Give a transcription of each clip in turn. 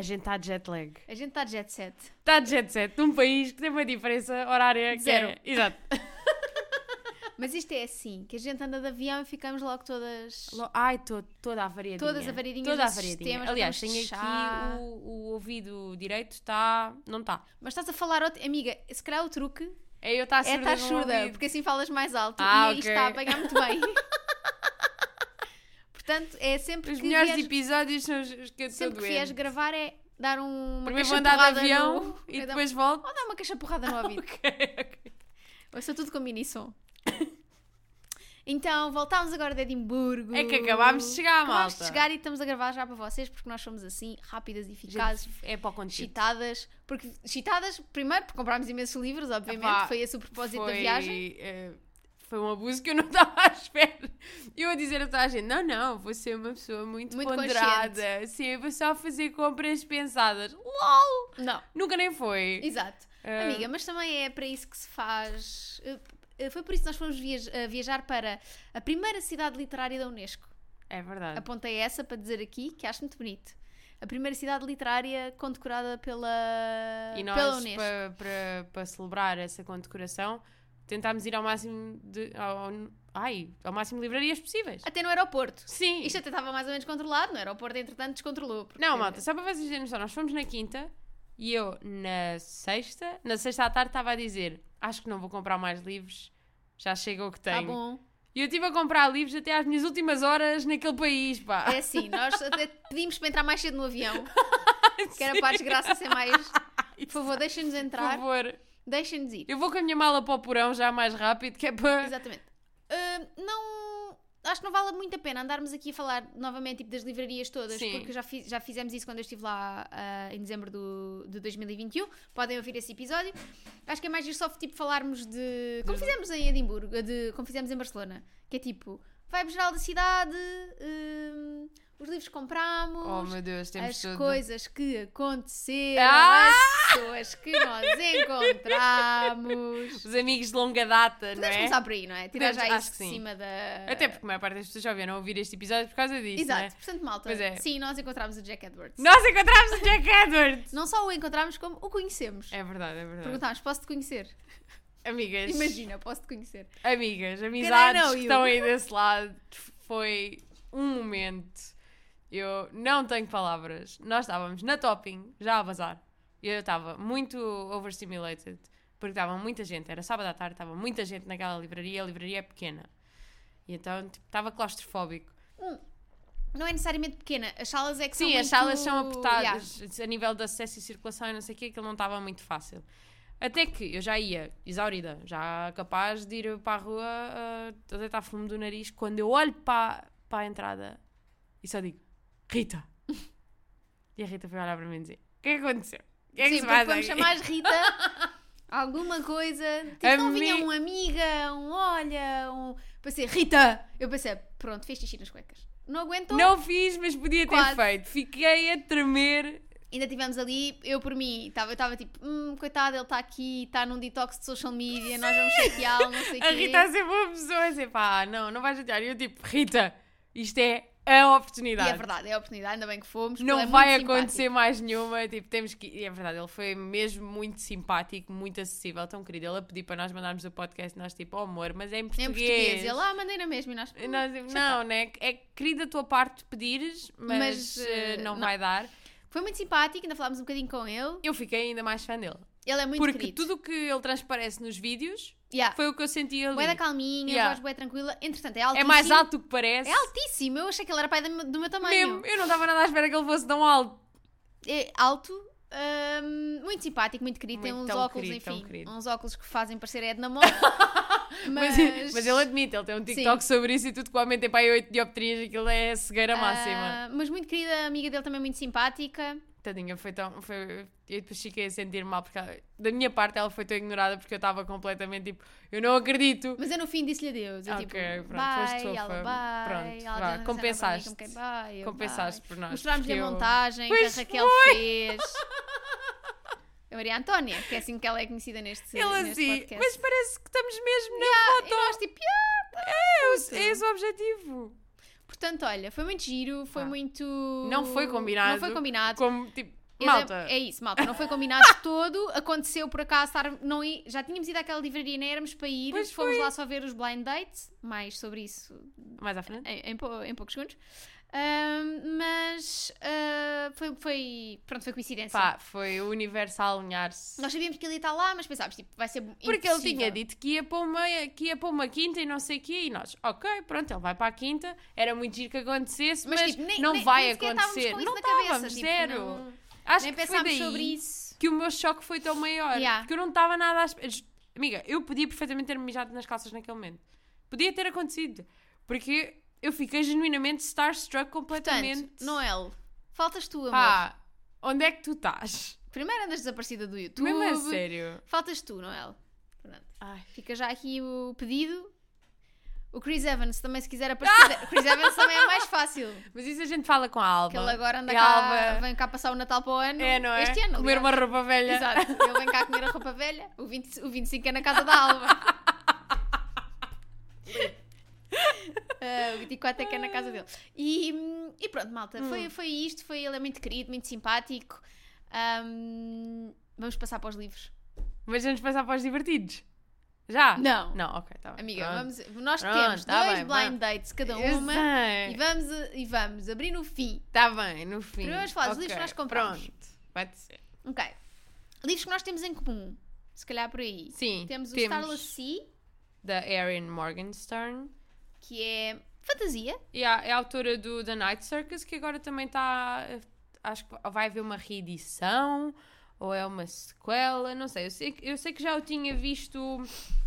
gente está de jet lag. A gente está de jet set. Está de jet set num país que tem uma diferença horária Zero. que é... Exato. Mas isto é assim, que a gente anda de avião e ficamos logo todas... Ai, toda a variadinha. Todas avariadinhas Toda a desses variadinha. sistemas, Aliás, estamos tenho chá. aqui o ouvido direito, está... Não está. Mas estás a falar... Amiga, se calhar o truque É eu estar é surda estar no surda, ouvido. porque assim falas mais alto Ah, e isto ok. está a apanhar muito bem. Portanto, é sempre Os que melhores vieres, episódios são os que eu estou sempre que doente. vieres gravar é dar uma Primeiro vou caixa andar de porrada avião no... e Ou depois volto. dar uma caixa porrada no ouvido. Ok. Ouça tudo com mini som. Então, voltámos agora de Edimburgo. É que acabámos de chegar, Acabámos malta. de chegar e estamos a gravar já para vocês, porque nós somos assim, rápidas e eficazes, É para o conteúdo. chitadas. Porque, chitadas, primeiro, porque comprámos imensos livros, obviamente, Epá, foi esse o propósito da viagem. Foi um abuso que eu não estava à espera. Eu a dizer a toda a gente, não, vou ser uma pessoa muito ponderada. Sim, eu vou só fazer compras pensadas. LOL! Não, Nunca nem foi. exato. Amiga, mas também é para isso que se faz... Foi por isso que nós fomos viajar para a primeira cidade literária da Unesco. É verdade. Apontei essa para dizer aqui, que acho muito bonito. A primeira cidade literária condecorada pela E pela nós, Unesco. para celebrar essa condecoração, tentámos ir ao máximo ao máximo de livrarias possíveis. Até no aeroporto. Sim. Isto até estava mais ou menos controlado. No aeroporto, entretanto, descontrolou. Porque... Não, malta, só para vocês terem noção, nós fomos na quinta e eu na sexta à tarde estava a dizer, acho que não vou comprar mais livros, já chega o que tenho. Tá bom. E eu estive a comprar livros até às minhas últimas horas naquele país, pá. É assim, nós até pedimos para entrar mais cedo no avião. Que era para a desgraça ser mais... Por favor, deixem-nos Por entrar. favor. Deixem-nos ir. Eu vou com a minha mala para o porão já mais rápido, que é para... Exatamente. Não... Acho que não vale muito a pena andarmos aqui a falar novamente tipo, das livrarias todas, Sim. porque já fizemos isso quando eu estive lá em dezembro de 2021. Podem ouvir esse episódio. Acho que é mais giro só tipo, falarmos de... Como fizemos em Edimburgo, como fizemos em Barcelona. Que é tipo, vibe geral da cidade, os livros que comprámos, Oh meu Deus, temos as tudo. coisas que aconteceram, Ah! as pessoas que nós encontramos. Os amigos de longa data, não Podemos é? começar por aí, não é? Tirar já Acho isso que de sim. cima da... Até porque a maior parte das pessoas já vieram ouvir este episódio por causa disso, não é? Exato, portanto, malta. Pois é. Sim, nós encontramos o Jack Edwards. Nós encontramos o Jack Edwards! Não só o encontramos, como o conhecemos. É verdade, é verdade. Perguntámos, posso-te conhecer? Amigas, Imagina, posso-te conhecer. amigas, know amizades que you? estão aí desse lado, foi um momento. Eu não tenho palavras. Nós estávamos na Topping, já a bazar. E eu estava muito overstimulated, porque estava muita gente. Era sábado à tarde, estava muita gente naquela livraria. A livraria é pequena. E então tipo, estava claustrofóbico. Não é necessariamente pequena, as salas é que são Sim, as muito... salas são apertadas. A nível de acesso e circulação e não sei o quê, aquilo não estava muito fácil. Até que eu já ia, exaurida, já capaz de ir para a rua a deitar fumo do nariz, quando eu olho para a entrada e só digo, Rita! E a Rita foi olhar para mim e dizer, o que é que aconteceu? O que é que Sim, se porque passa vamos aqui?" chamar alguma alguma coisa. Tipo, A não vinha mim- uma amiga, Pensei, Rita! Eu pensei, pronto, fez xixi nas cuecas. Não aguentou. Não fiz, mas podia ter Quase. feito. Fiquei a tremer. Ainda estivemos ali, eu por mim, eu estava tipo, coitado, ele está aqui, está num detox de social media, nós vamos chateá-lo, não sei o quê. A Rita é sempre uma pessoa assim, pá, não vais chatear. E eu tipo, Rita, isto é a oportunidade. E é verdade, é a oportunidade, ainda bem que fomos. Não ele é vai muito acontecer simpático. mais nenhuma, tipo, temos que... E é verdade, ele foi mesmo muito simpático, muito acessível, tão querido. Ele a pedir para nós mandarmos o podcast, nós tipo, oh amor, mas é em português. Em português, ele, mandei na mesma e nós... E nós, tipo, não, né? É querido da tua parte pedires, mas não vai dar. Foi muito simpático, ainda falámos um bocadinho com ele. Eu fiquei ainda mais fã dele. Ele é muito Porque querido. tudo o que ele transparece nos vídeos Yeah. foi o que eu senti ali. Bué da calminha, Yeah. voz bué tranquila. Entretanto, é É altíssimo. mais alto do que parece. É altíssimo. Eu achei que ele era pai do meu tamanho. Mesmo, eu não estava nada à espera que ele fosse tão alto. É alto, muito simpático, muito querido. Tem Muito uns tão óculos, querido, tão enfim. querido. Uns óculos que fazem parecer Edna Moll. Mas ele admite, ele tem um TikTok sobre isso e tudo que o homem tem para aí 8 dioptrias, aquilo é a cegueira máxima. Mas muito querida, a amiga dele também muito simpática. Tadinha, eu depois fiquei a sentir mal, porque da minha parte ela foi tão ignorada porque eu estava completamente tipo, eu não acredito. Mas eu no fim disse-lhe adeus. Eu Ok, tipo, pronto, foste bye, fofa. ela bye. Pronto, ela vá, dizendo compensaste. assim, bye, eu Compensaste bye. por nós. Mostrámos-lhe porque a eu- montagem que Pois a Raquel foi. fez. A Maria Antónia, que é assim que ela é conhecida neste Ele assim, podcast. mas parece que estamos mesmo na E foto. nós tipo, É esse o objetivo. Portanto, olha, foi muito giro, foi muito... Não foi combinado. Não foi combinado. Como, tipo, Malta. É isso, malta. Não foi combinado de todo. Aconteceu por acaso. Já tínhamos ido àquela livraria, nem éramos para ir. Pois Fomos foi. lá só ver os blind dates. Mais sobre isso Mais à frente. em poucos segundos. Mas foi coincidência. Pá, foi o universo a alinhar-se. Nós sabíamos que ele ia estar lá, mas pensávamos, tipo, vai ser Porque ele impossível. tinha dito que ia para uma quinta e não sei o quê, e nós, ok, pronto, ele vai para a quinta, era muito giro que acontecesse, mas tipo, não vai nem sequer estávamos acontecer. com isso não na cabeça, estávamos, tipo, zero. não- Acho nem que foi pensámos daí sobre isso. que o meu choque foi tão maior. Yeah. Porque eu não estava nada à espera. Amiga, eu podia perfeitamente ter-me mijado nas calças naquele momento. Podia ter acontecido. Porque eu fiquei genuinamente starstruck completamente. Portanto, Noel, faltas tu, amor. Pá, onde é que tu estás? Primeiro andas desaparecida do YouTube. Mesmo a sério. Faltas tu, Noel. Pronto. Ai. Fica já aqui o pedido. O Chris Evans também, se quiser aparecer. O Chris Evans também é mais fácil. Mas isso a gente fala com a Alba. Que ele agora anda E cá, a Alba vem cá passar o Natal para o ano. é, não é? Este ano, Comer aliás. uma roupa velha. Exato. Ele vem cá comer a roupa velha. O 25 é na casa da Alba. O 24 é que é na casa dele. E pronto, malta. Foi isto. Ele é muito querido, muito simpático. Vamos passar para os livros. Mas vamos passar para os divertidos. Já? Não. Não, ok, tá bem. Amiga, Pronto. nós Pronto, temos tá dois bem, blind dates cada Eu uma. sei. E vamos abrir no fim. Tá bem, no fim. Primeiro vamos falar dos Ok, livros que nós compramos. Pronto, vai ser. Ok. Livros que nós temos em comum. Se calhar por aí. Sim, Temos o Starless Sea, da Erin Morgenstern. que é fantasia. E é a autora do The Night Circus, que agora também está... Acho que vai haver uma reedição, ou é uma sequela, não sei. Eu sei que já o tinha visto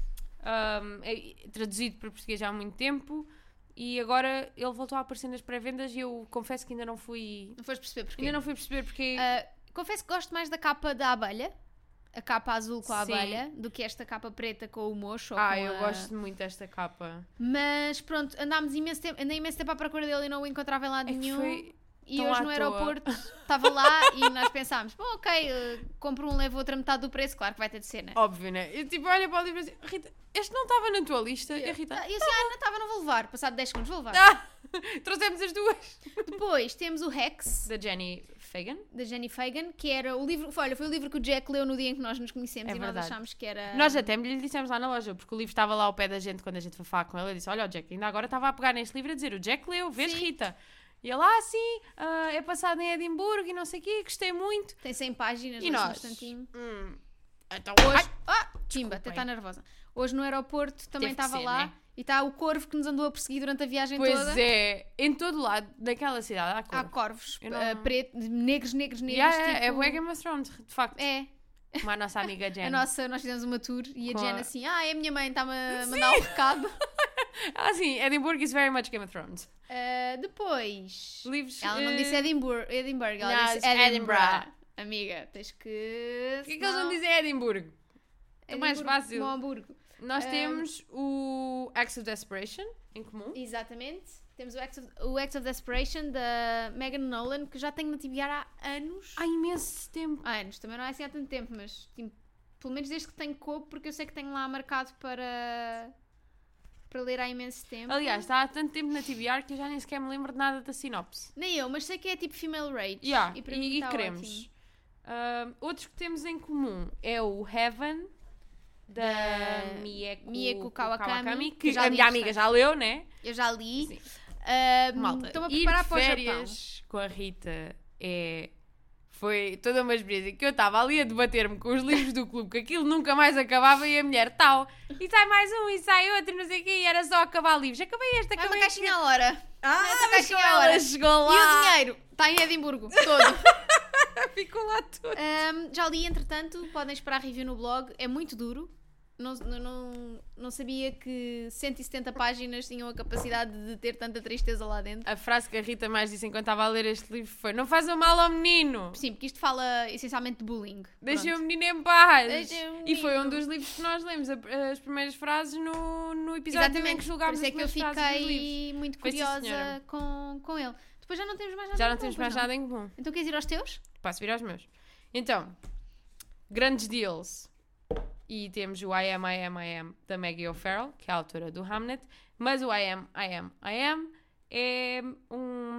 traduzido para português já há muito tempo, e agora ele voltou a aparecer nas pré-vendas e eu confesso que ainda não fui... Não foste perceber porquê? Ainda não fui perceber porque... Confesso que gosto mais da capa da abelha. A capa azul com a Sim. abelha. Do que esta capa preta com o mocho. ou com eu gosto muito desta capa. Mas pronto, andei imenso tempo à procura dele e não o encontrava em lado É que nenhum. foi E tão hoje à no toa. aeroporto estava lá e nós pensámos, bom, ok, compro um, levo outra metade do preço, claro que vai ter de ser, né? Óbvio, né? Eu tipo, olha para o livro e assim, Rita, este não estava na tua lista? E a Rita, E assim, não estava, não vou levar. Passado 10 segundos, vou levar. trouxemos as duas. Depois temos o Rex, Da Jenny Fagan. da Jenny Fagan, que era o livro, foi o livro que o Jack leu no dia em que nós nos conhecemos É e nós verdade. achámos que era... Nós até lhe dissemos lá na loja, porque o livro estava lá ao pé da gente quando a gente foi falar com ele. Eu disse, olha o Jack, ainda agora estava a pegar neste livro a dizer, o Jack leu, vês Sim. Rita? E ele, sim, é passado em Edimburgo e não sei o quê, gostei muito. Tem 100 páginas, E lê-se um nós? instantinho. Então Hoje... Timba, até desculpem. está nervosa. Hoje no aeroporto também Teve que estava ser, lá né? e está o corvo que nos andou a perseguir durante a viagem Pois toda. é, em todo lado daquela cidade há Há cor. corvos, Eu não- pretos, negros, É tipo... bué Game of Thrones, de facto. É, Como a nossa amiga Jen. nós fizemos uma tour e a Com Jen a- assim, é a minha mãe, está-me a mandar um recado. Sim, Edimburgo is very much Game of Thrones. Depois, Livros... ela não disse Edimburgo, ela Não, disse disse Edinburgh. Edinburgh. Amiga, tens que... Por que eles não dizem Edimburgo? É mais fácil. Como Hamburgo. Nós temos o Acts of Desperation em comum. Exatamente. Temos o Acts of Desperation da Megan Nolan, que já tenho na TBR há anos. Há imenso tempo. Há anos, também não é assim há tanto tempo, mas tipo, pelo menos desde que tenho copo, porque eu sei que tenho lá marcado para ler há imenso tempo. Aliás, está há tanto tempo na TBR que eu já nem sequer me lembro de nada da sinopse. Nem eu, mas sei que é tipo female rage. Yeah, e para mim está queremos. ótimo. Outros que temos em comum é o Heaven, da Mieko Kawakami, que já a li minha os amiga textos. já leu, né? Eu já li. Sim. Malta, estou a ir preparar de para o Japão. férias com a Rita foi toda uma experiência que eu estava ali a debater-me com os livros do clube, que aquilo nunca mais acabava e a mulher tal, e sai mais um e sai outro, não sei o quê, e era só acabar livros. Acabei este, Vai uma acabei caixinha à hora. mas caixinha chegou à hora. ela, chegou lá. E o dinheiro? Está em Edimburgo, todo. Ficou lá tudo. Já li, entretanto, podem esperar review no blog. É muito duro. Não sabia que 170 páginas tinham a capacidade de ter tanta tristeza lá dentro. A frase que a Rita mais disse enquanto estava a ler este livro foi: não façam mal ao menino, Sim, porque isto fala essencialmente de bullying. deixem o Pronto. menino em paz. Deixem o E foi um menino. dos livros que nós lemos as primeiras frases no episódio em que Por julgámos isso é as que eu primeiras frases dos livros. fiquei muito Foi sim, curiosa senhora. com ele. Depois já não temos mais nada Já em não comum, temos pois mais nada em comum. Então queres ir aos teus? Posso vir aos meus. Então, grandes deals. E temos o I Am da Maggie O'Farrell, que é a autora do Hamnet. Mas o I Am é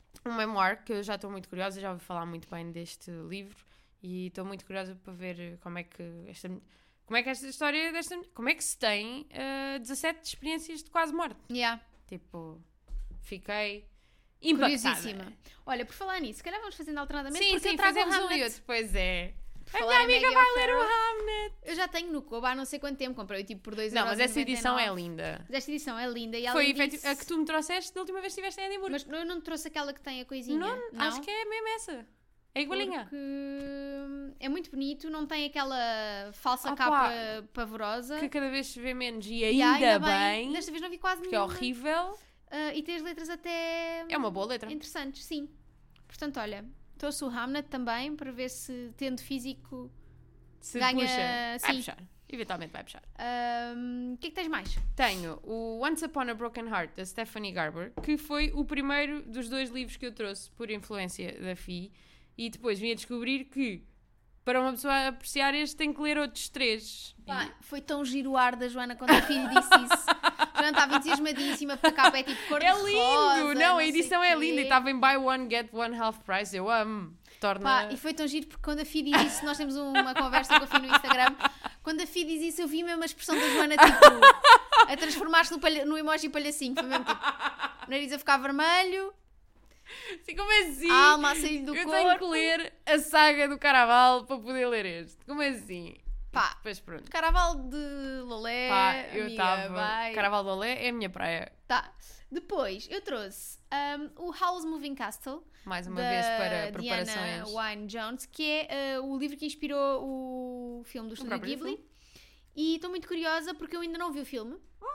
um memoir que eu já estou muito curiosa, já ouvi falar muito bem deste livro e estou muito curiosa para ver como é que esta história como é que se tem 17 experiências de quase morte. Yeah. Tipo, fiquei impactada. Curiosíssima. Olha, por falar nisso, se calhar vamos fazendo alternadamente, Sim, porque sim, eu trago o fazemos um Hamlet. e outro, pois é. Por A falar minha em amiga Megan vai ler o Farrell, Hamlet. Eu já tenho no Kobo há não sei quanto tempo, comprei tipo por 2 Não, euros. mas essa edição é linda. Mas esta edição é linda e Foi além disso... a que tu me trouxeste da última vez que estiveste em Edimburgo. Mas eu não trouxe aquela que tem a coisinha. Não, acho que é mesmo essa. É igualinha. Porque é muito bonito, não tem aquela falsa Opa, capa pavorosa. Que cada vez se vê menos e E ainda bem. Desta vez não vi quase Porque é nenhuma. horrível. E tem as letras até... É uma boa letra. interessantes, sim. Portanto, olha, trouxe o Hamlet também para ver se, tendo físico, Se ganha... puxa, vai sim. puxar. Eventualmente vai puxar. O que é que tens mais? Tenho o Once Upon a Broken Heart, da Stephanie Garber, que foi o primeiro dos 2 livros que eu trouxe por influência da Fi. E depois vim a descobrir que, para uma pessoa apreciar este, tem que ler outros 3. Pá, foi tão giro o ar da Joana quando a filha disse isso. A Joana estava entusiasmadíssima porque a capa é tipo cor de É rosa. lindo! Não, a sei edição é quê. linda e estava em buy one, get one half price. Eu amo. Torna... Pá, e foi tão giro porque quando a Fi diz isso, nós temos uma conversa com a Fi no Instagram. Quando a Fi diz isso, eu vi mesmo a expressão da Joana tipo a transformar-se no emoji palhacinho. Foi mesmo tipo, o nariz a ficar vermelho, Assim, como assim? a alma a sair do eu corpo. tenho que ler a saga do Caraval para poder ler este. Como assim? Pá, Depois pronto. Caraval de Lolé, Pá, eu amiga, estava. vai. Caraval do Olé é a minha praia. Tá. Depois, eu trouxe o Howl's Moving Castle, Mais uma da vez para Diana preparações. Wynne Jones, que é o livro que inspirou o filme do Estúdio próprio Ghibli. filme. E estou muito curiosa porque eu ainda não vi o filme.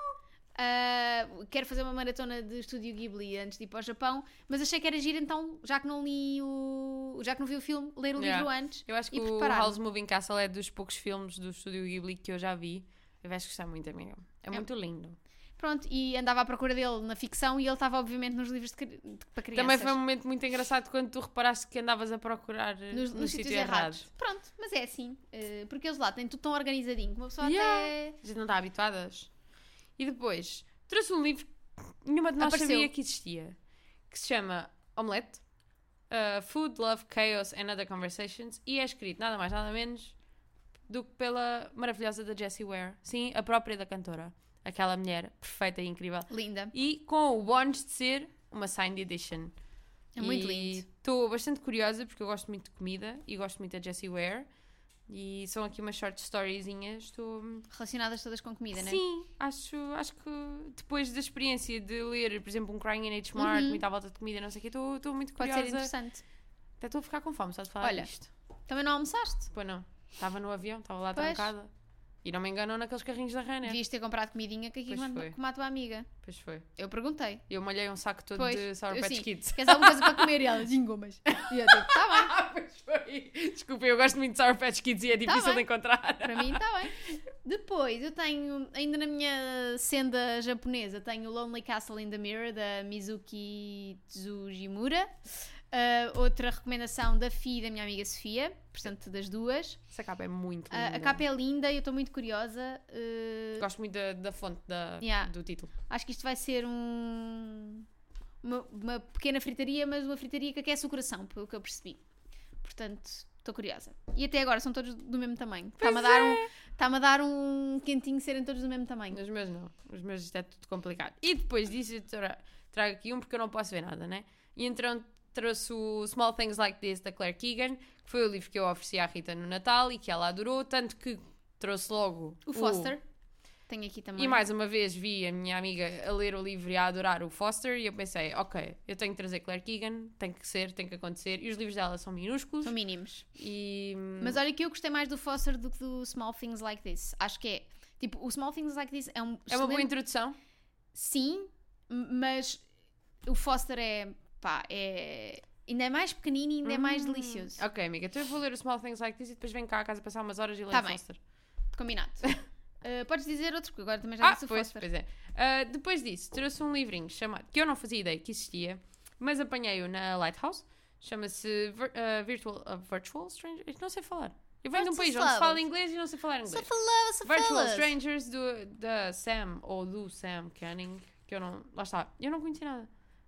Quero fazer uma maratona de Estúdio Ghibli antes de ir para o Japão, mas achei que era giro, então, já que não vi o filme, ler o livro antes. Eu acho que e o preparar-me. Howl's Moving Castle é dos poucos filmes do Estúdio Ghibli que eu já vi. Eu vais gostar muito, amiga. É muito lindo. Pronto, e andava à procura dele na ficção e ele estava, obviamente, nos livros para crianças. Também foi um momento muito engraçado quando tu reparaste que andavas a procurar nos no sítios sítio errado. errados. Pronto, mas é assim. Porque eles lá têm tudo tão organizadinho que uma pessoa Yeah. até... A gente não está habituadas. E depois, trouxe um livro que nenhuma de nós Apareceu. sabia que existia. Que se chama Omelette. Food, Love, Chaos and Other Conversations. E é escrito nada mais nada menos do que pela maravilhosa da Jessie Ware. Sim, a própria da cantora. Aquela mulher perfeita e incrível. Linda. E com o bónus de ser uma signed edition. É muito lindo. Estou bastante curiosa porque eu gosto muito de comida e gosto muito da Jessie Ware. E são aqui umas short storiezinhas. Estou... Relacionadas todas com comida, não é? Sim, acho que depois da experiência de ler, por exemplo, um Crying in H. Mart, muito à volta de comida, não sei o quê, estou muito Pode curiosa. ser interessante. Até estou a ficar com fome, só de falar Olha, disto. Também não almoçaste? Pois não. Estava no avião, estava lá Pois. trancada. E não me enganam naqueles carrinhos da Renner. Devias ter comprado comidinha que aqui Pois foi. como a tua amiga. Pois foi. Eu perguntei. Eu molhei um saco todo Pois, de Sour eu Patch sim. Kids. Queres alguma coisa para comer? E ela, gingomas. E eu tipo, tá bem. Pois foi. Desculpa, eu gosto muito de Sour Patch Kids e é difícil bem. de encontrar. Para mim está bem. Depois eu tenho, ainda na minha senda japonesa, tenho Lonely Castle in the Mirror da Mizuki Tsujimura. Outra recomendação da Fi e da minha amiga Sofia, portanto das duas. Essa capa é muito linda. A capa é linda e eu estou muito curiosa. Gosto muito da fonte Yeah. do título. Acho que isto vai ser uma pequena fritaria, mas uma fritaria que aquece o coração, pelo que eu percebi. Portanto, estou curiosa. E até agora são todos do mesmo tamanho. Está-me a dar um quentinho serem todos do mesmo tamanho. Os meus não. Os meus isto é tudo complicado. E depois disso eu trago aqui um porque eu não posso ver nada, né? E então trouxe o Small Things Like This da Claire Keegan, que foi o livro que eu ofereci à Rita no Natal e que ela adorou, tanto que trouxe logo O Foster. Tenho aqui também. E mais uma vez vi a minha amiga a ler o livro e a adorar o Foster e eu pensei, ok, eu tenho que trazer Claire Keegan, tem que acontecer. E os livros dela são minúsculos. São mínimos. E... Mas olha que eu gostei mais do Foster do que do Small Things Like This. Acho que é. Tipo, o Small Things Like This é um. É uma boa excelente- introdução. Sim, mas o Foster é. Pá, é. Ainda é mais pequenino e ainda é mais delicioso. Ok, amiga, então eu vou ler o Small Things Like This e depois venho cá à casa passar umas horas e ler Tá o bem. Foster. Combinado. Podes dizer outro, porque agora também já disse o Pois Foster. é. Depois disso, trouxe um livrinho chamado, que eu não fazia ideia que existia, mas apanhei-o na Lighthouse. Chama-se Virtual Stranger. Eu não sei falar. Eu venho de um país onde se fala inglês e não sei falar inglês. Virtual Strangers da Sam, ou do Sam Canning, que eu não... Lá está. Eu não conheci nada.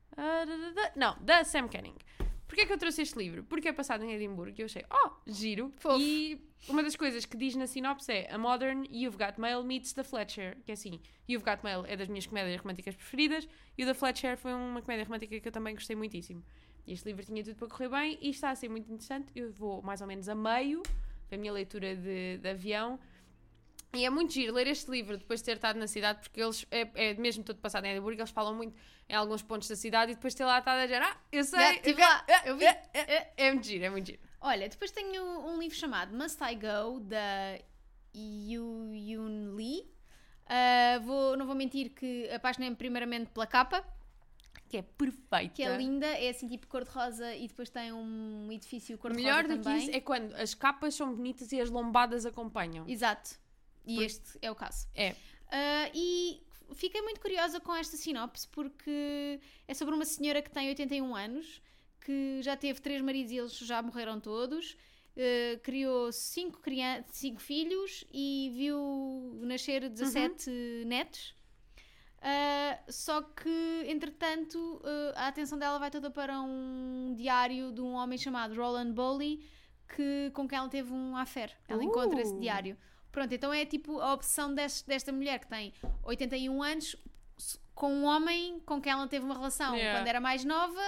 Não, da Sam Canning. Porquê é que eu trouxe este livro? Porque é passado em Edimburgo e eu achei, giro. Fofo. E uma das coisas que diz na sinopse é A Modern You've Got Mail meets The Fletcher. Que é assim, You've Got Mail é das minhas comédias românticas preferidas e o The Fletcher foi uma comédia romântica que eu também gostei muitíssimo. E este livro tinha tudo para correr bem e está a ser muito interessante. Eu vou mais ou menos a meio da minha leitura de avião. E é muito giro ler este livro depois de ter estado na cidade, porque eles, é mesmo todo passado em Edimburgo, eles falam muito em alguns pontos da cidade e depois ter lá estado a dizer, eu sei, Já estive lá, eu vi. É muito giro, é muito giro. Olha, depois tenho um livro chamado Must I Go, da Yun Lee. Não vou mentir que apaixonei-me primeiramente pela capa, Que é perfeita. que é linda, é assim tipo cor-de-rosa e depois tem um edifício cor-de-rosa Melhor também. do que isso é quando as capas são bonitas e as lombadas acompanham. Exato. E este é o caso. É. E fiquei muito curiosa com esta sinopse porque é sobre uma senhora que tem 81 anos, que já teve 3 maridos e eles já morreram todos, criou 5 filhos e viu nascer 17 netos. Só que, entretanto, a atenção dela vai toda para um diário de um homem chamado Roland Bowley, com quem ela teve um affair. Ela encontra esse diário. Pronto, então é tipo a obsessão desta mulher que tem 81 anos com um homem com quem ela teve uma relação quando era mais nova.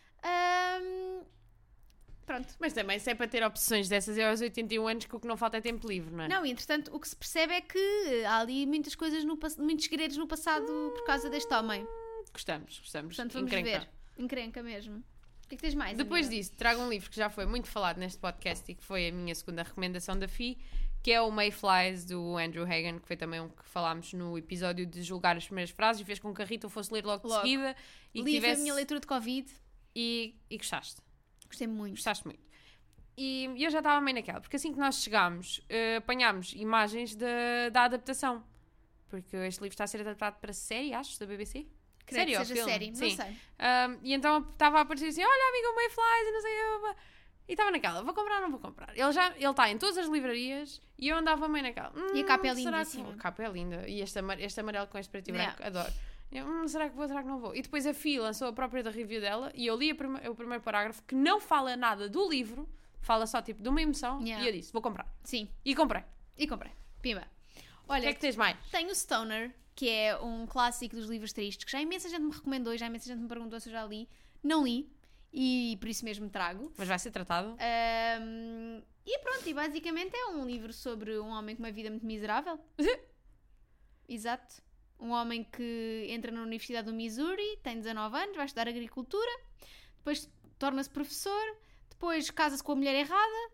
Pronto. Mas também se é para ter opções dessas é aos 81 anos que o que não falta é tempo livre, não é? Não, e entretanto o que se percebe é que há ali muitas coisas, muitos segredos no passado por causa deste homem. Gostamos. Portanto vamos ver. Encrenca mesmo. O que é que tens mais? Depois amiga? disso, trago um livro que já foi muito falado neste podcast e que foi a minha segunda recomendação da FI, que é o Mayflies, do Andrew Hagan, que foi também um que falámos no episódio de julgar as primeiras frases e fez com que a Rita o fosse ler logo de seguida. E Li a minha leitura de Covid. E gostaste. Gostei muito. Gostaste muito. E eu já estava meio naquela, porque assim que nós chegámos, apanhámos imagens da adaptação. Porque este livro está a ser adaptado para série, acho, da BBC. Creio Série que ou seja filme? série, Sim. não sei. E então estava a aparecer assim, olha amiga, o Mayflies e não sei o que. E estava naquela, vou comprar ou não vou comprar? Ele está em todas as livrarias e eu andava meio naquela. E a capa é será lindíssima. A capa é linda. E este amarelo com este preto e branco, adoro. Eu, será que vou, será que não vou? E depois a FI lançou a própria da review dela e eu li o primeiro parágrafo que não fala nada do livro, fala só tipo de uma emoção e eu disse, vou comprar. Sim. E comprei. Pimba. O Olha, que é que tens mais? tenho o Stoner, que é um clássico dos livros tristes, que já imensa gente me recomendou, já imensa gente me perguntou se eu já li. Não li. E por isso mesmo trago. Mas vai ser tratado? E pronto, e basicamente é um livro sobre um homem com uma vida muito miserável. Exato. Um homem que entra na Universidade do Missouri, tem 19 anos, vai estudar agricultura, depois torna-se professor, depois casa-se com a mulher errada.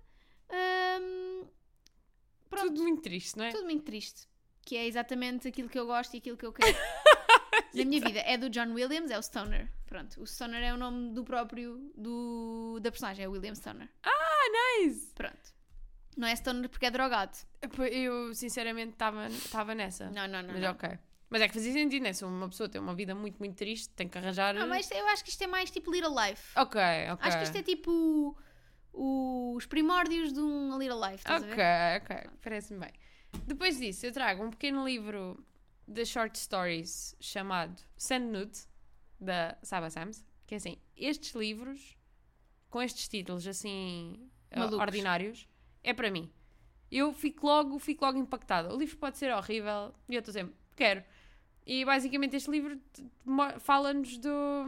Pronto. Tudo muito triste, não é? Tudo muito triste. Que é exatamente aquilo que eu gosto e aquilo que eu quero. Na minha vida. É do John Williams, é o Stoner. Pronto. O Stoner é o nome do próprio da personagem, é o William Stoner. Nice! Pronto. Não é Stoner porque é drogado. Eu sinceramente estava nessa. Não. Mas ok. Mas é que fazia sentido, né? Se uma pessoa tem uma vida muito, muito triste, tem que arranjar... Não, mas eu acho que isto é mais tipo Little Life. Ok. Acho que isto é tipo os primórdios de um A Little Life, estás a ver? Ok. Parece-me bem. Depois disso, eu trago um pequeno livro de short stories chamado Sand Nude, da Saba Sams, que é assim, estes livros, com estes títulos assim, ordinários, é para mim. Eu fico logo impactada. O livro pode ser horrível e eu estou sempre, quero. E basicamente este livro fala-nos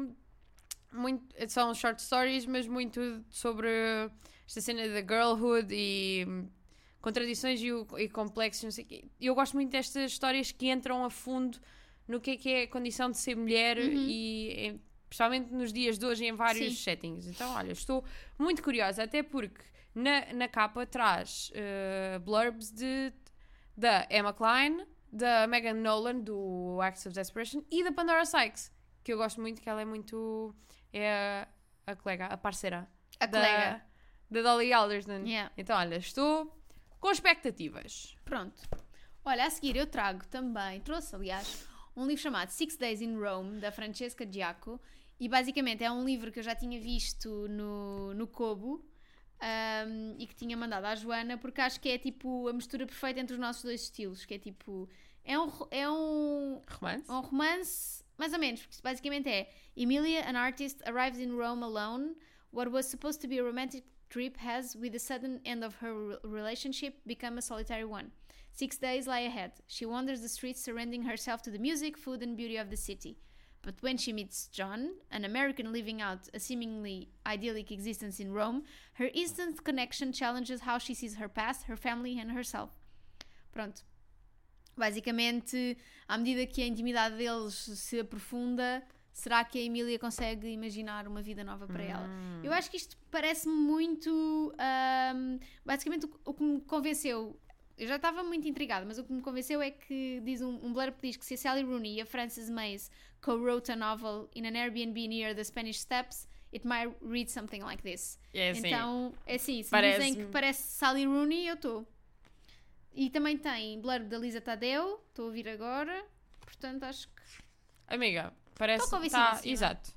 são short stories, mas muito sobre esta cena da girlhood e contradições e complexos, não sei o quê. Eu gosto muito destas histórias que entram a fundo no que é a condição de ser mulher e principalmente nos dias de hoje em vários settings. Então, olha, estou muito curiosa, até porque na capa traz blurbs da Emma Klein, da Megan Nolan, do Acts of Desperation, e da Pandora Sykes, que eu gosto muito, que ela é muito... é a colega, a parceira. Da Dolly Alderton. Yeah. Então, olha, estou com expectativas. Pronto. Olha, a seguir eu trouxe, aliás, um livro chamado 6 Days in Rome, da Francesca Giaco, e basicamente é um livro que eu já tinha visto no Kobo, e que tinha mandado à Joana, porque acho que é tipo a mistura perfeita entre os nossos dois estilos, que é tipo é um Romance? um romance mais ou menos, porque isto basicamente é Emilia, an artist, arrives in Rome alone. What was supposed to be a romantic trip has, with the sudden end of her relationship, become a solitary one. 6 days lie ahead. She wanders the streets surrendering herself to the music, food and beauty of the city. But when she meets John, an American living out a seemingly idyllic existence in Rome, her instant connection challenges how she sees her past, her family and herself. Pronto. Basicamente, à medida que a intimidade deles se aprofunda, será que a Emília consegue imaginar uma vida nova para ela? Eu acho que isto parece-me muito... basicamente, o que me convenceu... Eu já estava muito intrigada, mas o que me convenceu é que diz um blurb que diz que se a Sally Rooney e a Frances Mays co-wrote a novel in an Airbnb near the Spanish Steps, it might read something like this. É assim, então, é assim, se parece-me... dizem que parece Sally Rooney, eu estou. E também tem blurb da Lisa Tadeu, estou a ouvir agora, portanto acho que... Amiga, parece... Estou convencidíssima. Exato.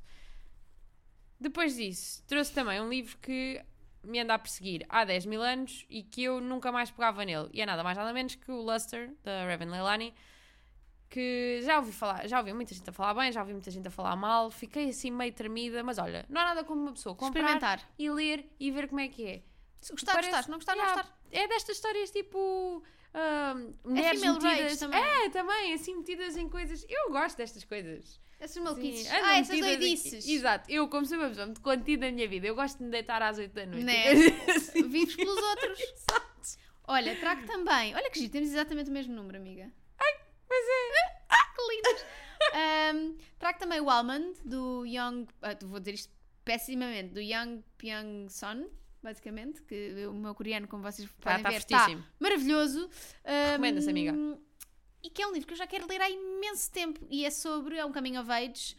Depois disso, trouxe também um livro que me anda a perseguir há 10 mil anos e que eu nunca mais pegava nele. E é nada mais nada menos que o Luster, da Raven Leilani, que já ouvi muita gente a falar bem, já ouvi muita gente a falar mal, fiquei assim meio tremida, mas olha, não há nada como uma pessoa comprar Experimentar. e ler e ver como é que é. Se gostar, gostar. Se não gostar, não gostar. É destas histórias tipo... mulheres female rage metidas... também. também, assim, metidas em coisas... Eu gosto destas coisas. Essas maluquices. Sim, andam Essas metidas doidices. Exato. Eu, como sou uma pessoa muito contida na minha vida, eu gosto de me deitar às 8 da noite. Né? E coisas assim. Vives pelos outros. Exato. Olha, trago também. Olha que giro, temos exatamente o mesmo número, amiga. Pois é. Que lindas. Trago também o Almond, do Young... vou dizer isto pessimamente. Do Young Pyong-son, basicamente. Que o meu coreano, como vocês podem ver, está fortíssimo. maravilhoso. Recomenda-se, amiga. E que é um livro que eu já quero ler há imenso tempo. E é sobre... É um coming of age.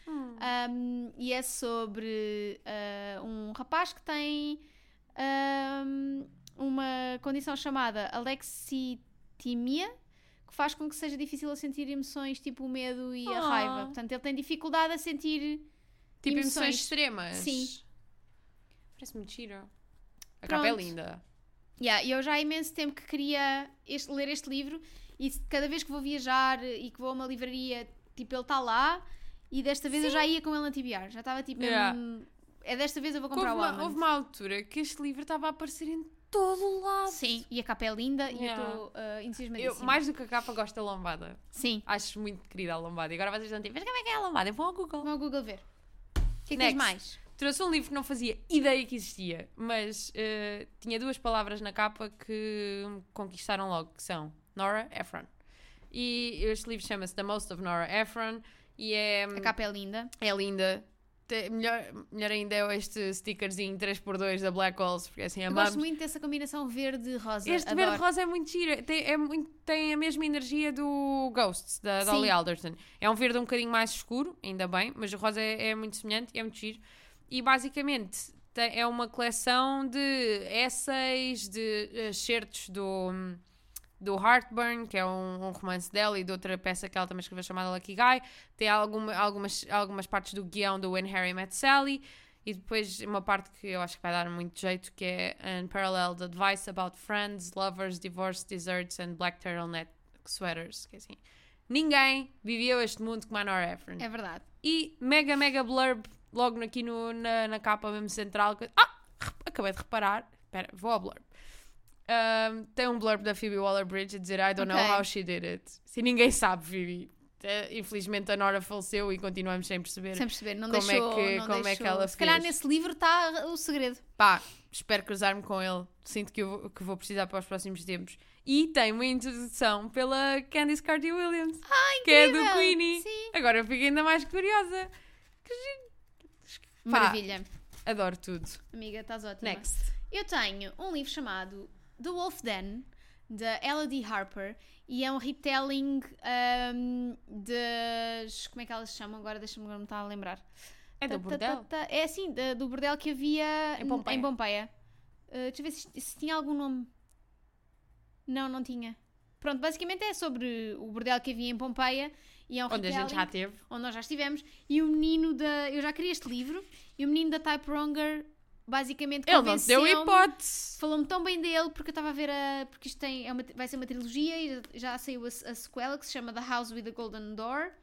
E é sobre um rapaz que tem uma condição chamada alexitimia, que faz com que seja difícil a sentir emoções tipo o medo e a raiva. Portanto, ele tem dificuldade a sentir Tipo emoções extremas. Sim. Parece muito giro. A capa é linda. E eu já há imenso tempo que queria ler este livro, e cada vez que vou viajar e que vou a uma livraria, tipo, ele está lá, e desta vez eu já ia com ele na TBR. Já estava tipo... desta vez eu vou comprar o Almond. Houve uma altura que este livro estava a aparecer em todo o lado. Sim, e a capa é linda e eu estou entusiasmadíssima. Eu, mais do que a capa, gosto da lombada. Sim. Acho muito querida a lombada. E agora vocês estão tipo, mas como é que é a lombada? Eu vou ao Google. Vou ao Google ver. O que é que tens mais? Trouxe um livro que não fazia ideia que existia, mas tinha 2 palavras na capa que me conquistaram logo, que são Nora Ephron. E este livro chama-se The Most of Nora Ephron e é... A capa é linda. É linda. Melhor ainda é este stickerzinho 3x2 da Black Holes, porque assim amamos. Eu gosto muito dessa combinação verde-rosa. Este verde-rosa é muito giro. Tem a mesma energia do Ghosts, da Dolly Alderton. É um verde um bocadinho mais escuro, ainda bem, mas o rosa é muito semelhante e é muito giro. E basicamente é uma coleção de essays, de excertos do Heartburn, que é um romance dela, e de outra peça que ela também escreveu chamada Lucky Guy. Tem algumas partes do guião do When Harry Met Sally, e depois uma parte que eu acho que vai dar muito jeito, que é Unparalleled Advice About Friends, Lovers, Divorce, Desserts and Black Turtleneck Sweaters, que é assim, ninguém viveu este mundo como a Nora Ephron. É verdade. E mega blurb logo aqui na capa mesmo central. Acabei de reparar. Espera, vou ao blurb. Tem um blurb da Phoebe Waller-Bridge a dizer I don't know how she did it. Se ninguém sabe, Phoebe. Infelizmente a Nora faleceu e continuamos sem perceber. Não como deixou, é que ela fez. Se calhar nesse livro está o segredo. Pá, espero cruzar-me com ele. Sinto que vou precisar para os próximos tempos. E tem uma introdução pela Candice Carty-Williams. Incrível! Que é do Queenie. Sim. Agora eu fico ainda mais curiosa. Maravilha. Adoro tudo. Amiga, estás ótima. Next. Eu tenho um livro chamado The Wolf Den, da Elodie Harper, e é um retelling das... Como é que elas se chamam? Agora deixa-me não estar a lembrar. É do bordel? É assim, do bordel que havia Em Pompeia. Deixa eu ver se tinha algum nome. Não tinha. Pronto, basicamente é sobre o bordel que havia em Pompeia. E é um onde a gente já teve. Onde nós já estivemos. E o menino da... Eu já queria este livro. E o menino da Typewriter basicamente convenceu-me. Ele não deu hipótese. Falou-me tão bem dele, porque eu estava a ver porque isto vai ser uma trilogia e já saiu a sequela, que se chama The House with the Golden Door.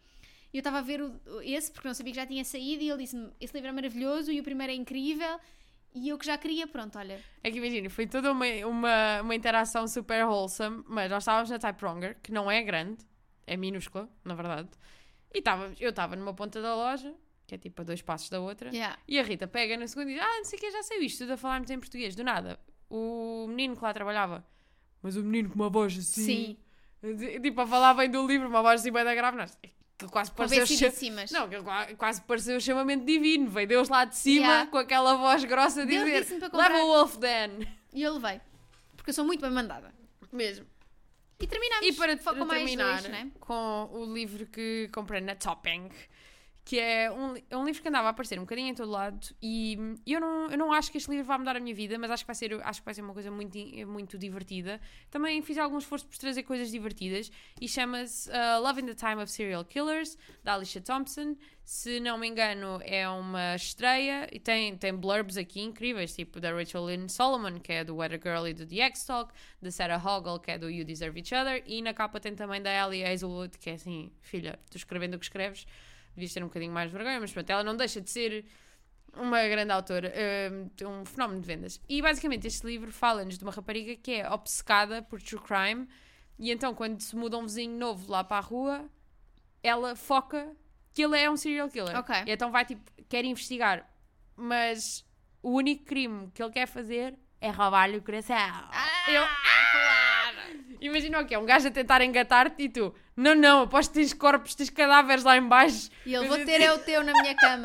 E eu estava a ver esse, porque não sabia que já tinha saído, e ele disse-me, esse livro é maravilhoso e o primeiro é incrível, e eu que já queria, pronto, olha. É que imagina, foi toda uma interação super wholesome, mas nós estávamos na Type Wronger, que não é grande, é minúscula, na verdade, e eu estava numa ponta da loja, que é tipo a 2 passos da outra, e a Rita pega na segunda e diz, não sei o que, já saiu isto, tudo a falar-me em português, do nada. O menino que lá trabalhava, mas o menino com uma voz assim, tipo a falar bem do livro, uma voz assim bem da grave, que quase pareceu quase pareceu chamamento divino, veio Deus lá de cima com aquela voz grossa a dizer, leva o Wolf Dan. E eu levei, porque eu sou muito bem mandada. Mesmo. E terminamos e para com terminar, dois, né? com o livro que comprei na Topping, que é um livro que andava a aparecer um bocadinho em todo lado, e eu não acho que este livro vá mudar a minha vida, mas acho que vai ser uma coisa muito, muito divertida. Também fiz algum esforço por trazer coisas divertidas, e chama-se Love in the Time of Serial Killers, da Alicia Thompson. Se não me engano, é uma estreia, e tem blurbs aqui incríveis, tipo da Rachel Lynn Solomon, que é do Weather Girl e do The X-Talk, da Sarah Hoggle, que é do You Deserve Each Other, e na capa tem também da Ellie Hazelwood, que é assim, filha, tu escrevendo o que escreves, devias ter um bocadinho mais de vergonha, mas pronto, ela não deixa de ser uma grande autora, um fenómeno de vendas. E basicamente este livro fala-nos de uma rapariga que é obcecada por true crime, e então quando se muda um vizinho novo lá para a rua, ela foca que ele é um serial killer. E então vai tipo, quer investigar, mas o único crime que ele quer fazer é roubar-lhe o coração. Claro! Imagina o que é, um gajo a tentar engatar-te e tu, não, aposto que tens corpos, tens cadáveres lá em baixo. E ele, vou ter é o teu na minha cama.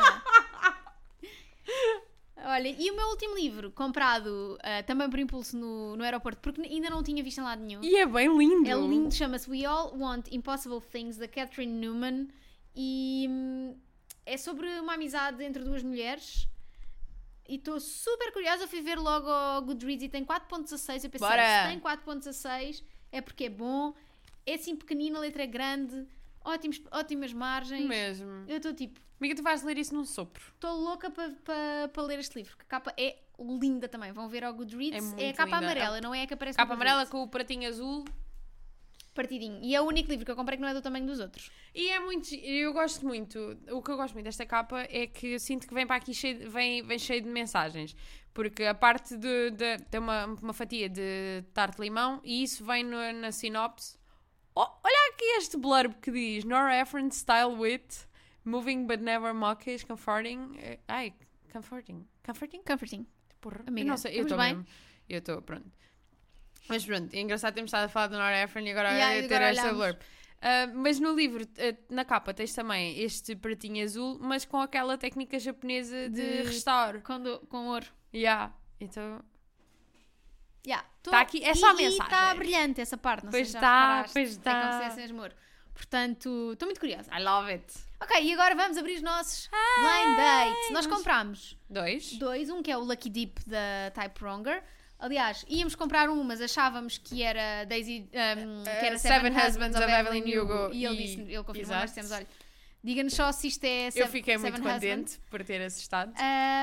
Olha, e o meu último livro, comprado também por impulso no aeroporto, porque ainda não o tinha visto em lado nenhum. E é bem lindo. É lindo, chama-se We All Want Impossible Things, da Catherine Newman, e é sobre uma amizade entre duas mulheres. E estou super curiosa, fui ver logo ao Goodreads e tem 4.16, eu pensei, se tem 4.16 é porque é bom, é assim pequenino, a letra é grande, ótimas margens. Mesmo. Eu estou tipo... Amiga, tu vais ler isso num sopro. Estou louca para ler este livro, porque a capa é linda também, vão ver ao Goodreads, é a capa linda. amarela, não é a que aparece capa no Goodreads. Amarela com o pratinho azul. Partidinho. E é o único livro que eu comprei que não é do tamanho dos outros. E é muito... Eu gosto muito... O que eu gosto muito desta capa é que eu sinto que vem para aqui vem cheio de mensagens. Porque a parte de tem uma fatia de tarte de limão e isso vem na sinopse. Olha aqui este blurb que diz Nora Ephron style wit, moving but never mockish, comforting. Comforting? Porra, amiga, eu não sei, eu estou mesmo. Eu estou, pronto. Mas pronto, é engraçado termos estado a falar de Nora Ephron e agora ter esta blurb. Mas no livro, na capa, tens também este pratinho azul, mas com aquela técnica japonesa de restauro. Com ouro. Então... Está aqui, é só a mensagem. E está brilhante essa parte, não sei se já reparaste. Pois está. É como se fosse mesmo ouro. Portanto, estou muito curiosa. I love it. Ok, e agora vamos abrir os nossos blind dates. Nós comprámos dois. Um que é o Lucky Dip da Type Wronger. Aliás, íamos comprar um, mas achávamos que era Daisy, que era Seven Husbands of Evelyn Hugo. E ele confirmou, nós temos, olha, diga-nos só se isto é Eu fiquei muito contente por ter assustado.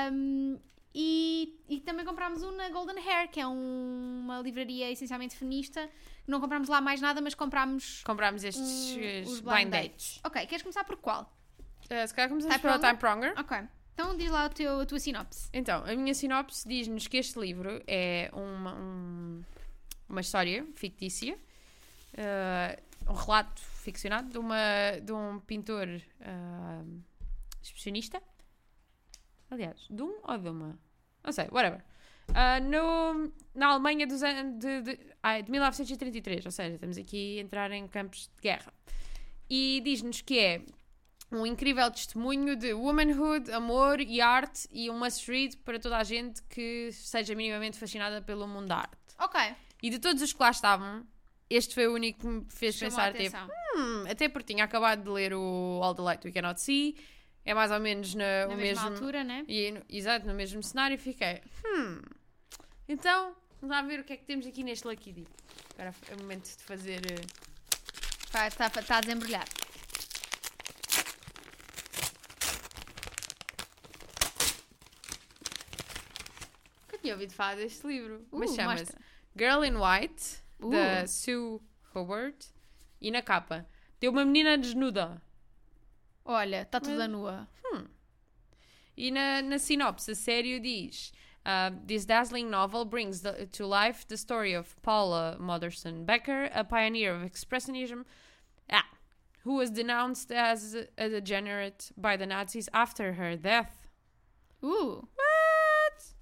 E também comprámos um na Golden Hair, que é uma livraria essencialmente feminista. Não comprámos lá mais nada, mas comprámos estes blind dates. Ok, queres começar por qual? Se calhar começamos pelo Type Wronger. Ok. Então diz lá a tua sinopse. Então, a minha sinopse diz-nos que este livro é uma história fictícia, um relato ficcionado de um pintor expressionista. Aliás, de um ou de uma? Não sei, whatever. Na Alemanha de 1933, ou seja, estamos aqui a entrar em campos de guerra. E diz-nos que é um incrível testemunho de womanhood, amor e arte e um must-read para toda a gente que seja minimamente fascinada pelo mundo da arte. Ok. E de todos os que lá estavam, este foi o único que me fez pensar, tipo, até porque tinha acabado de ler o All the Light We Cannot See, é mais ou menos na mesma altura, né? Exato, no mesmo cenário, fiquei, então, vamos lá ver o que é que temos aqui neste Lucky Dip. Agora é o momento de fazer... Está a desembrulhar. Tinha ouvido falar deste livro, mas chama-se Girl in White, da Sue Howard, e na capa tem uma menina desnuda. Olha, está tudo a nua. E na sinopse, a série diz... this dazzling novel brings to life the story of Paula Modersohn Becker, a pioneer of expressionism, who was denounced as a degenerate by the Nazis after her death. What?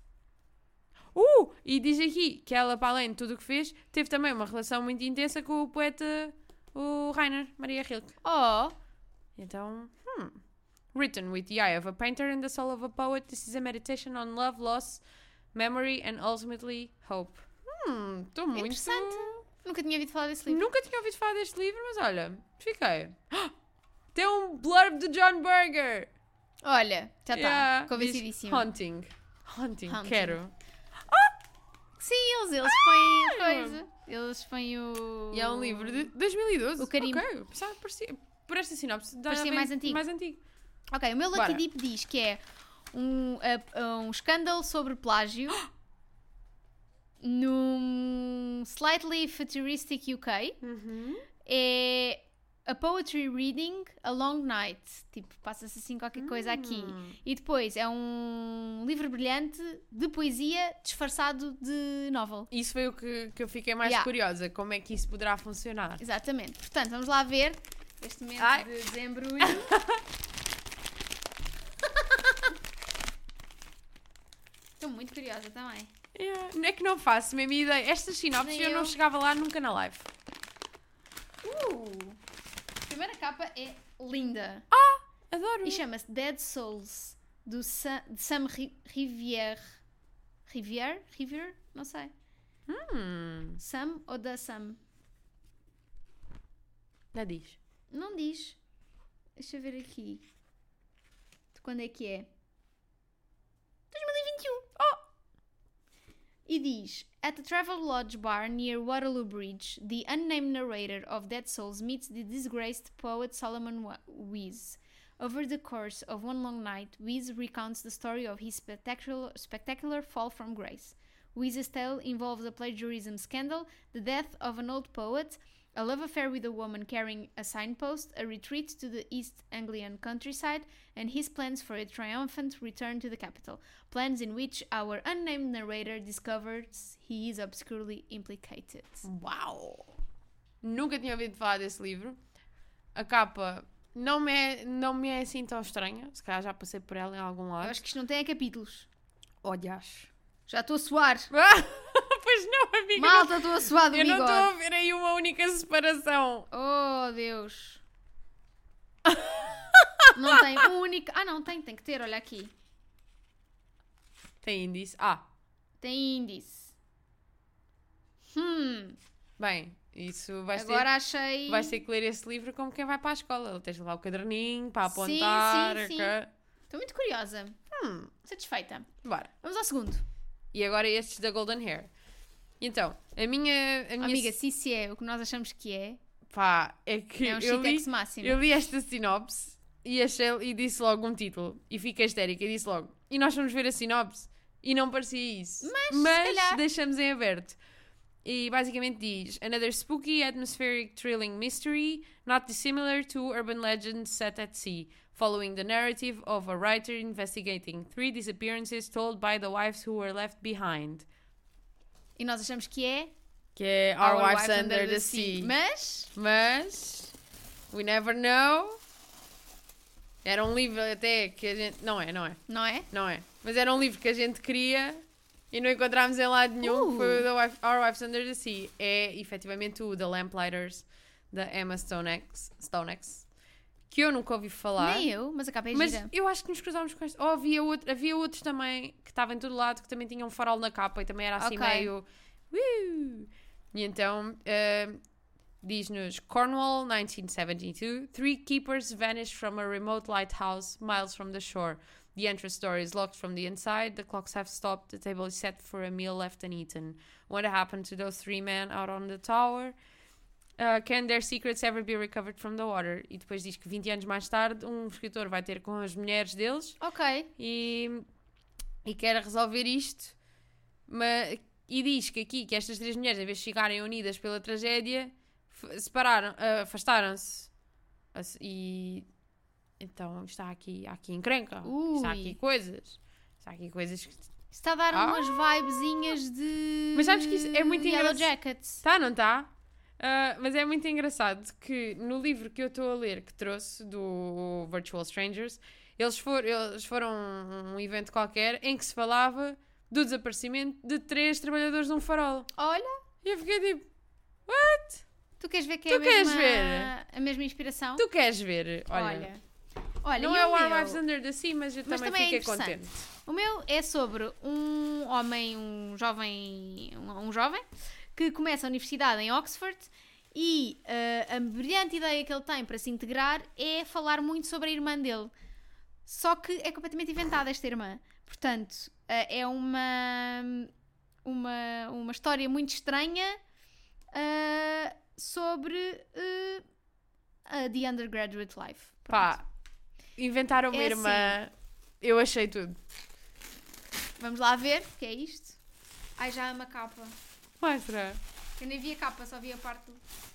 E diz aqui que ela, para além de tudo o que fez, teve também uma relação muito intensa com o poeta, o Rainer Maria Rilke. Então, Written with the eye of a painter and the soul of a poet, this is a meditation on love, loss, memory and ultimately hope. Estou muito... Interessante. Nunca tinha ouvido falar desse livro. Nunca tinha ouvido falar deste livro, mas olha, fiquei. Tem um blurb de John Berger. Olha, já está. Yeah, Convencidíssimo. Haunting, quero. Sim, eles põem coisa. Eles põem o... E é um livro de 2012. O carimbo. Ok, pensava que parecia... Por esta sinopse, Parecia mais antigo. Ok, o meu Lucky Deep diz que é um escândalo sobre plágio num slightly futuristic UK. É a poetry reading, a long night. Tipo, passa-se assim qualquer coisa aqui. E depois é um livro brilhante de poesia disfarçado de novel. Isso foi o que eu fiquei mais curiosa. Como é que isso poderá funcionar? Exatamente. Portanto, vamos lá ver este momento de desembrulho. Estou muito curiosa também. Não é que não faço mesmo ideia. Estas sinopses eu não chegava lá nunca na live. A primeira capa é linda. Adoro. E chama-se Dead Souls, de Sam Rivière. Rivière? Não sei. Sam ou da Sam? Não diz. Não diz. Deixa eu ver aqui. De quando é que é? 2021. E diz: At the Travelodge bar near Waterloo Bridge, the unnamed narrator of Dead Souls meets the disgraced poet Solomon Wees. Over the course of one long night, Wees recounts the story of his spectacular fall from grace. Wees' tale involves a plagiarism scandal, the death of an old poet, a love affair with a woman carrying a signpost, a retreat to the East Anglian countryside, and his plans for a triumphant return to the capital. Plans in which our unnamed narrator discovers he is obscurely implicated. Uau! Nunca tinha ouvido falar desse livro. A capa não me é assim tão estranha. Se calhar já passei por ela em algum lado. Eu acho que isto não tem capítulos. Olhas. Já estou a suar. Pois não, amiga. Malta, estou a suar do bigode. Eu não estou a ver aí uma única separação. Oh, Deus. Não tem um único... não, tem que ter, olha aqui. Tem índice. Tem índice. Bem, isso vai Agora achei... Vais ter que ler esse livro como quem vai para a escola. Tens de levar o caderninho para apontar. Sim. Estou muito curiosa. Satisfeita. Bora. Vamos ao segundo. E agora estes da Golden Hair. Então, a minha... Amiga, se isso é o que nós achamos que é... é que é um shitex máximo. Eu li esta sinopse e disse logo um título. E fiquei histérica e disse logo. E nós fomos ver a sinopse e não parecia isso. Mas deixamos em aberto. E basicamente diz: Another spooky, atmospheric, thrilling mystery, not dissimilar to urban legends set at sea, following the narrative of a writer investigating 3 disappearances told by the wives who were left behind. E nós achamos que é... Our Wives Under the Sea. Mas... We never know. Era um livro até que a gente... Não é? Não é? Não é. Mas era um livro que a gente queria e não encontramos em lado nenhum. Foi o Our Wives Under the Sea. É efetivamente o The Lamplighters, da Emma Stonex, que eu nunca ouvi falar. Nem eu, mas a capa é mas gira. eu acho que nos cruzámos com este. Havia outros também que estavam em todo lado que também tinham um farol na capa e também era assim meio... E então diz-nos: Cornwall, 1972. 3 keepers vanished from a remote lighthouse miles from the shore. The entrance door is locked from the inside. The clocks have stopped. The table is set for a meal left uneaten. What happened to those 3 men out on the tower? Can their secrets ever be recovered from the water? E depois diz que 20 anos mais tarde um escritor vai ter com as mulheres deles. E quer resolver isto. E diz que aqui, que estas 3 mulheres, em vez de ficarem unidas pela tragédia, afastaram-se. E então há aqui encrenca. Ui. Está aqui coisas. Está aqui coisas que... Está a dar umas vibezinhas de... Mas sabes que isso é muito Yellow engraçado. Jackets. Está, não está? Mas é muito engraçado que no livro que eu estou a ler, que trouxe, do Virtual Strangers, eles foram a um evento qualquer em que se falava do desaparecimento de 3 trabalhadores de um farol. Olha, E eu fiquei tipo, tu queres ver que Tu é queres ver? a mesma inspiração? tu queres ver? Olha, Olha, não e é o o Our meu? Lives Under the Sea, mas eu Mas também também é fiquei interessante. contente. O meu é sobre um homem, um jovem, que começa a universidade em Oxford e a brilhante ideia que ele tem para se integrar é falar muito sobre a irmã dele. Só que é completamente inventada esta irmã. Portanto, é uma história muito estranha sobre the undergraduate life. Pronto. Pá, inventaram uma É irmã, eu achei tudo. Vamos lá ver o que é isto. Ai, já há uma capa. Mostra. Eu nem vi a capa, só vi a parte do...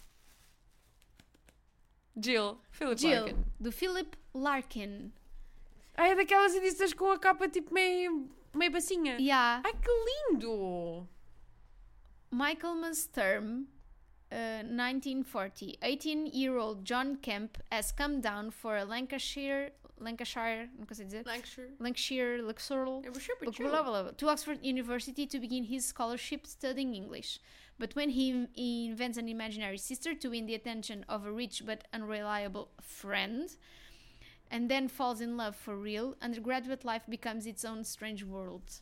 Jill, Philip Jill, Larkin. do Philip Larkin. Ai, é daquelas edições com a capa tipo meio bacinha. Yeah. Ai, que lindo! Michael Sturm, 1940. 18-year-old John Kemp has come down for a Lancashire, nunca sei dizer, Lancashire, to Oxford University to begin his scholarship studying English. But when he invents an imaginary sister to win the attention of a rich but unreliable friend, and then falls in love for real, undergraduate life becomes its own strange world.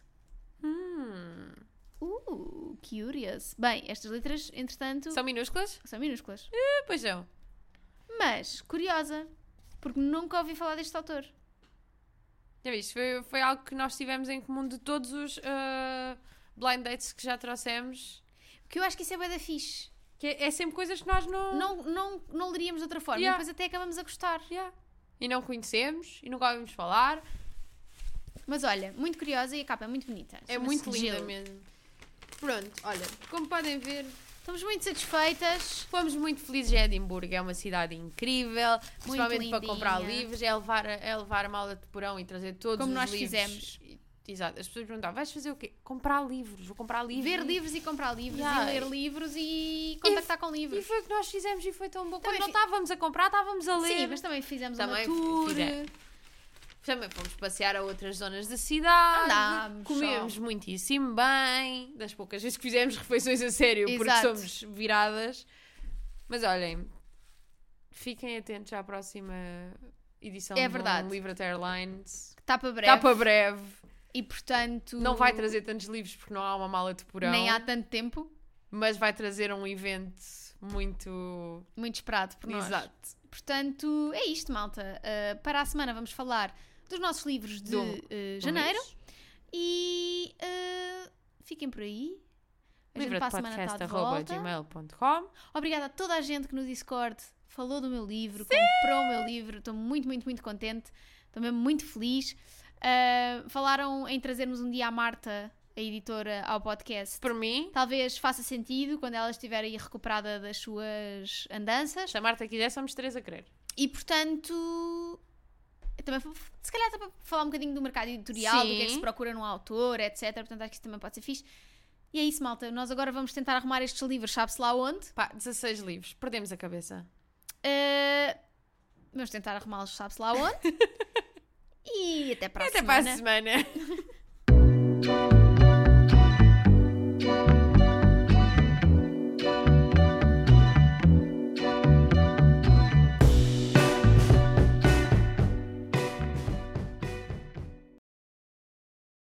Curious. Bem, estas letras, entretanto, São minúsculas? são minúsculas. Pois são. Mas, curiosa, porque nunca ouvi falar deste autor. Já viste? Foi algo que nós tivemos em comum de todos os blind dates que já trouxemos. Que eu acho que isso é bué da fixe. Que é sempre coisas que nós Não leríamos de outra forma. Yeah. E depois até acabamos a gostar. Yeah. E não conhecemos, e nunca ouvimos falar. Mas olha, muito curiosa e a capa é muito bonita. É Chama-se muito linda Jill. mesmo. Pronto, olha, como podem ver, Estamos muito satisfeitas. fomos muito felizes em Edimburgo. É uma cidade incrível, principalmente para lindinha. comprar livros, é levar a mala de porão e trazer todos Como os nós livros. fizemos. Exato, as pessoas perguntavam, vais fazer o quê? Comprar livros, vou comprar livros. Ver livros e comprar livros. Yeah. E ler livros e contactar com E livros. foi o que nós fizemos e foi tão bom. Também Quando não estávamos a comprar, estávamos a ler. Sim, mas também fizemos Também uma tour. Também fomos passear a outras zonas da cidade. Andámos, Comemos só. muitíssimo bem. Das poucas vezes que fizemos refeições a sério, porque Exato. somos viradas. Mas olhem, fiquem atentos à próxima edição É do verdade. Livro at Airlines. Está para breve. Está para breve. E portanto... Não vai trazer tantos livros porque não há uma mala de porão. Nem há tanto tempo. Mas vai trazer um evento muito... Muito esperado por nós. Exato. Portanto, é isto, malta. Para a semana vamos falar dos nossos livros de janeiro. E fiquem por aí. A gente para a semana está de volta. livrodepodcast@gmail.com. Obrigada a toda a gente que no Discord falou do meu livro, comprou o meu livro. Estou muito, muito, muito contente. Estou mesmo muito feliz. Falaram em trazermos um dia a Marta, a editora, ao podcast. Por mim, Talvez faça sentido quando ela estiver aí recuperada das suas andanças. se a Marta quiser, somos 3 a querer. E portanto, também, se calhar para falar um bocadinho do mercado editorial, do que é que Sim. se procura num autor, etc. Portanto, acho que isso também pode ser fixe. E é isso, malta. Nós agora vamos tentar arrumar estes livros, sabe-se lá onde. Pá, 16 livros. Perdemos a cabeça. Vamos tentar arrumá-los, sabe-se lá onde. E até para a Até semana. para a semana.